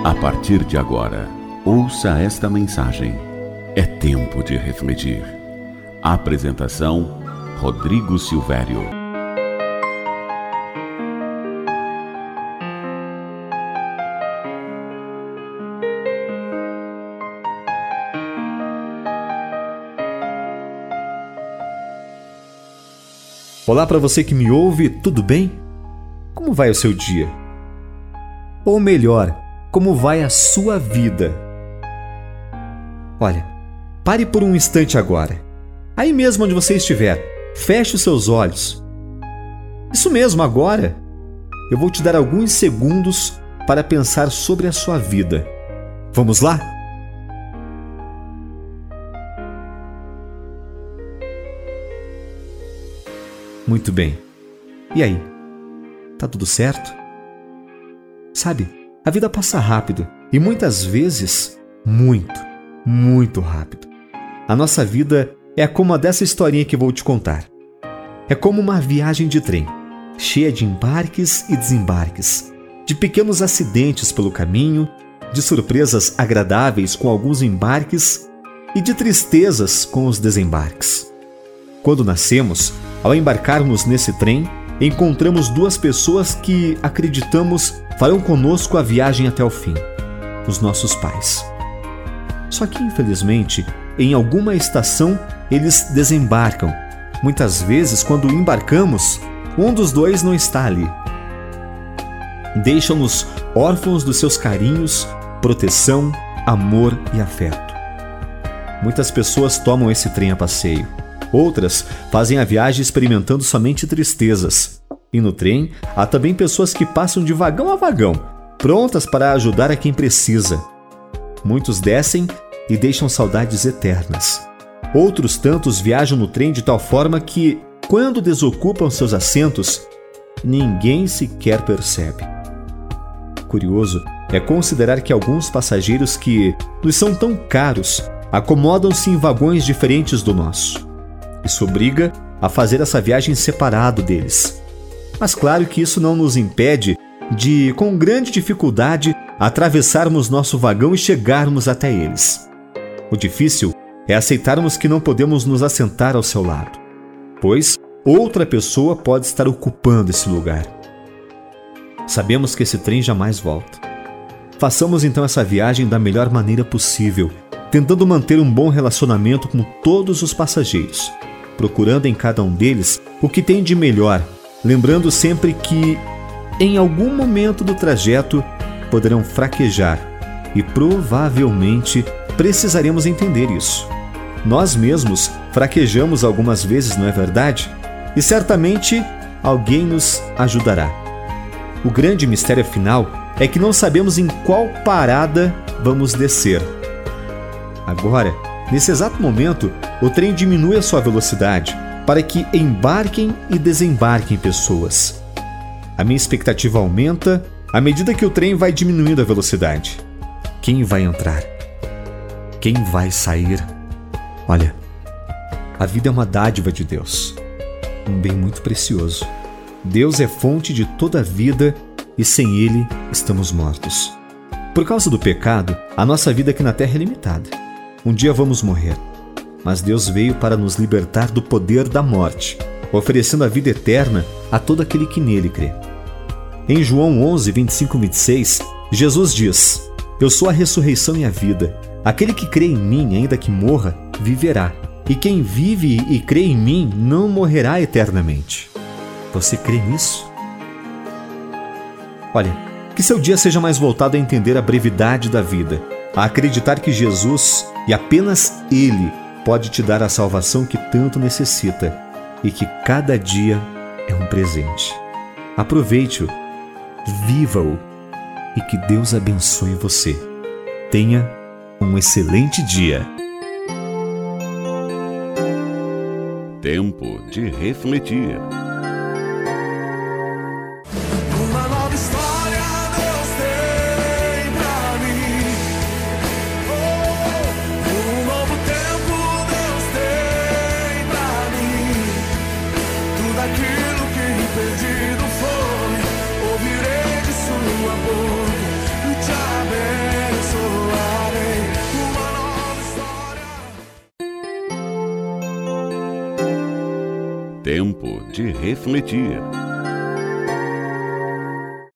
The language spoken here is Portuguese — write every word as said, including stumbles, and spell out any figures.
A partir de agora, ouça esta mensagem. É tempo de refletir. Apresentação: Rodrigo Silvério. Olá para você que me ouve, tudo bem? Como vai o seu dia? Ou melhor, como vai a sua vida? Olha, pare por um instante agora. Aí mesmo onde você estiver, feche os seus olhos. Isso mesmo, agora. Eu vou te dar alguns segundos para pensar sobre a sua vida. Vamos lá? Muito bem. E aí? Tá tudo certo? Sabe, a vida passa rápido e muitas vezes muito, muito rápido. A nossa vida é como a dessa historinha que vou te contar. É como uma viagem de trem, cheia de embarques e desembarques, de pequenos acidentes pelo caminho, de surpresas agradáveis com alguns embarques e de tristezas com os desembarques. Quando nascemos, ao embarcarmos nesse trem, encontramos duas pessoas que acreditamos farão conosco a viagem até o fim: os nossos pais. Só que, infelizmente, em alguma estação eles desembarcam. Muitas vezes, quando embarcamos, um dos dois não está ali. Deixam-nos órfãos dos seus carinhos, proteção, amor e afeto. Muitas pessoas tomam esse trem a passeio. Outras fazem a viagem experimentando somente tristezas. E no trem, há também pessoas que passam de vagão a vagão, prontas para ajudar a quem precisa. Muitos descem e deixam saudades eternas. Outros tantos viajam no trem de tal forma que, quando desocupam seus assentos, ninguém sequer percebe. Curioso é considerar que alguns passageiros que nos são tão caros acomodam-se em vagões diferentes do nosso. Isso obriga a fazer essa viagem separado deles. Mas claro que isso não nos impede de, com grande dificuldade, atravessarmos nosso vagão e chegarmos até eles. O difícil é aceitarmos que não podemos nos assentar ao seu lado, pois outra pessoa pode estar ocupando esse lugar. Sabemos que esse trem jamais volta. Façamos então essa viagem da melhor maneira possível, tentando manter um bom relacionamento com todos os passageiros, procurando em cada um deles o que tem de melhor, lembrando sempre que, em algum momento do trajeto, poderão fraquejar e provavelmente precisaremos entender isso. Nós mesmos fraquejamos algumas vezes, não é verdade? E certamente alguém nos ajudará. O grande mistério final é que não sabemos em qual parada vamos descer. Agora, nesse exato momento, o trem diminui a sua velocidade para que embarquem e desembarquem pessoas. A minha expectativa aumenta à medida que o trem vai diminuindo a velocidade. Quem vai entrar? Quem vai sair? Olha, a vida é uma dádiva de Deus, um bem muito precioso. Deus é fonte de toda a vida e sem Ele estamos mortos. Por causa do pecado, a nossa vida aqui na terra é limitada. Um dia vamos morrer, mas Deus veio para nos libertar do poder da morte, oferecendo a vida eterna a todo aquele que nele crê. Em João onze, vinte e cinco e vinte e seis, Jesus diz: Eu sou a ressurreição e a vida. Aquele que crê em mim, ainda que morra, viverá. E quem vive e crê em mim não morrerá eternamente. Você crê nisso? Olha, que seu dia seja mais voltado a entender a brevidade da vida, a acreditar que Jesus, e apenas Ele, pode te dar a salvação que tanto necessita e que cada dia é um presente. Aproveite-o, viva-o e que Deus abençoe você. Tenha um excelente dia. Tempo de refletir. Uma nova história Deus tem pra mim. Oh, um novo tempo Deus tem pra mim. Tudo aquilo que perdido foi, ouvirei de sua boca. Te abençoe. tempo de refletir.